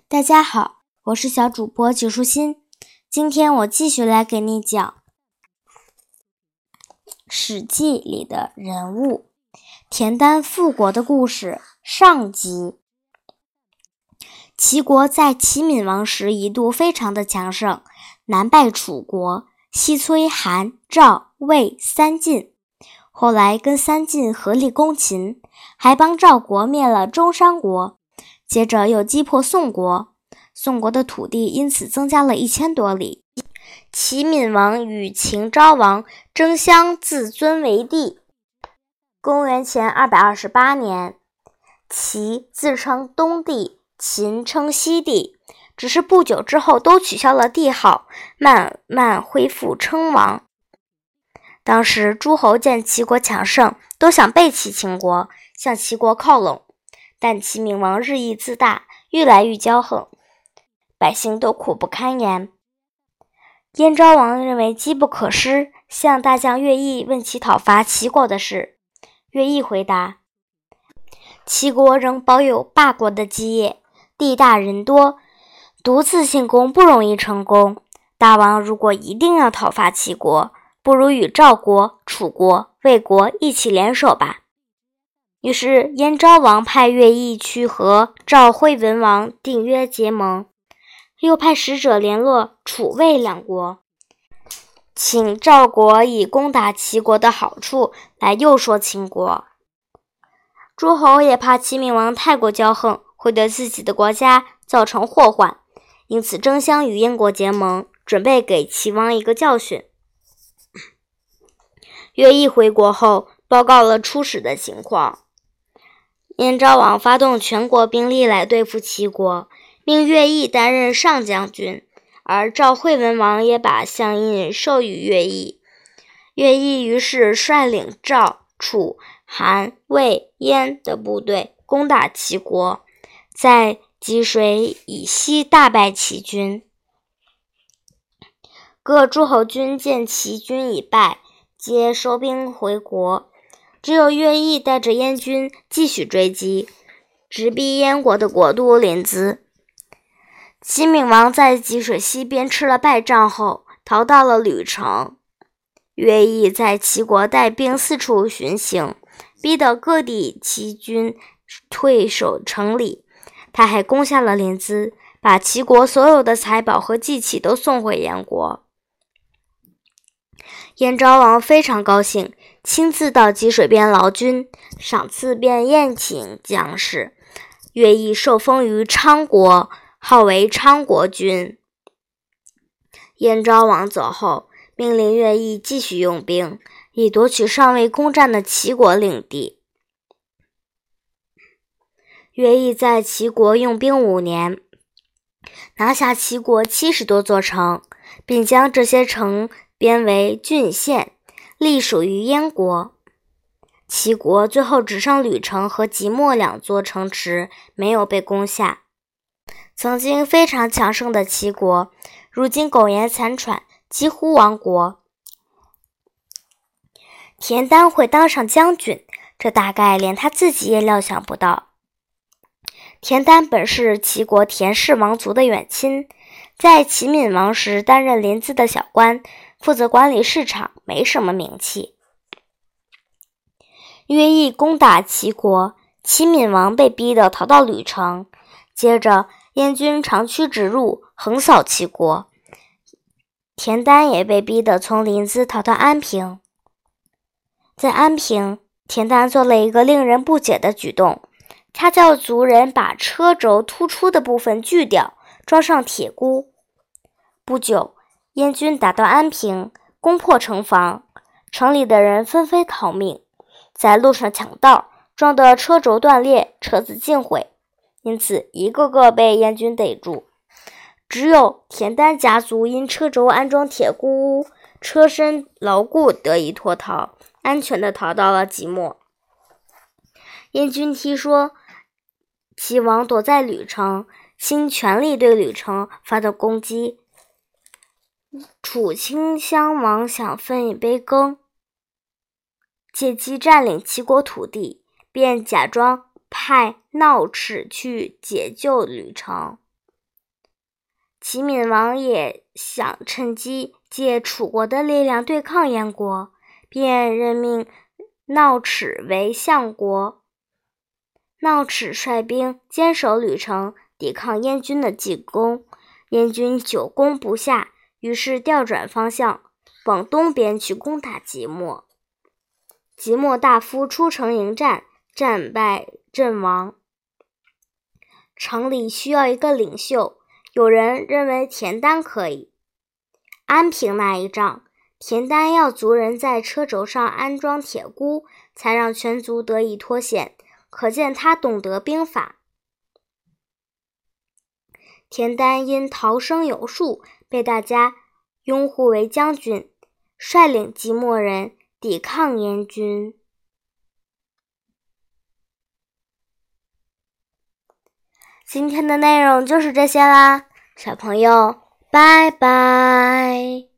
大家好，我是小主播纪舒心。今天我继续来给你讲《史记》里的人物田丹复国的故事上集。齐国在齐闵王时一度非常的强盛，南败楚国，西摧韩、赵、魏三晋，后来跟三晋合力攻秦，还帮赵国灭了中山国，接着又击破宋国，宋国的土地因此增加了1000多里。齐闵王与秦昭王争相自尊为帝。公元前228年，齐自称东帝，秦称西帝，只是不久之后都取消了帝号，慢慢恢复称王。当时诸侯见齐国强盛，都想背弃秦国，向齐国靠拢，但齐闵王日益自大，愈来愈骄横，百姓都苦不堪言。燕昭王认为机不可失，向大将乐毅问其讨伐齐国的事。乐毅回答：齐国仍保有霸国的基业，地大人多，独自进攻不容易成功。大王如果一定要讨伐齐国，不如与赵国、楚国、魏国一起联手吧。于是燕昭王派乐毅去和赵惠文王订约结盟，又派使者联络楚魏两国，请赵国以攻打齐国的好处来诱说秦国。诸侯也怕齐闵王太过骄横，会对自己的国家造成祸患，因此争相与燕国结盟，准备给齐王一个教训。乐毅回国后报告了出使的情况，燕昭王发动全国兵力来对付齐国，命乐毅担任上将军，而赵惠文王也把相印授予乐毅。乐毅于是率领赵、楚、韩、魏、燕的部队攻打齐国，在济水以西大败齐军。各诸侯军见齐军已败，皆收兵回国，只有乐毅带着燕军继续追击，直逼燕国的国都临淄。齐闵王在济水西边吃了败仗后，逃到了莒城。乐毅在齐国带兵四处巡行，逼得各地齐军退守城里。他还攻下了临淄，把齐国所有的财宝和祭器都送回燕国。燕昭王非常高兴，亲自到济水边劳军，赏赐便宴请将士。乐毅受封于昌国，号为昌国君。燕昭王走后，命令乐毅继续用兵，以夺取尚未攻占的齐国领地。乐毅在齐国用兵5年，拿下齐国70多座城，并将这些城编为郡县，隶属于燕国。齐国最后只剩莒城和即墨2座城池没有被攻下。曾经非常强盛的齐国，如今苟延残喘，几乎亡国。田丹会当上将军，这大概连他自己也料想不到。田丹本是齐国田氏王族的远亲，在齐闵王时担任临淄的小官，负责管理市场，没什么名气。乐毅攻打齐国，齐闵王被逼得逃到莒城，接着燕军长驱直入，横扫齐国。田丹也被逼得从临淄逃到安平。在安平，田丹做了一个令人不解的举动，他叫族人把车轴突出的部分锯掉，装上铁箍。不久，燕军打到安平，攻破城防，城里的人纷纷逃命，在路上抢道，撞得车轴断裂，车子尽毁，因此一个个被燕军逮住。只有田丹家族因车轴安装铁箍，车身牢固，得以脱逃，安全地逃到了即墨。燕军听说齐王躲在莒城，倾全力对莒城发动攻击。楚顷襄王想分一杯羹，借机占领齐国土地，便假装派闹齿去解救莒城。 齐闵王也想趁机借楚国的力量对抗燕国，便任命闹齿为相国。闹齿率兵坚守吕城，抵抗燕军的进攻。燕军久攻不下，于是调转方向，往东边去攻打即墨。即墨大夫出城迎战，战败阵亡。城里需要一个领袖，有人认为田丹可以。安平那一仗，田丹要族人在车轴上安装铁箍，才让全族得以脱险，可见他懂得兵法。田丹因逃生有术，被大家拥护为将军，率领即墨人抵抗燕军。今天的内容就是这些啦，小朋友，拜拜。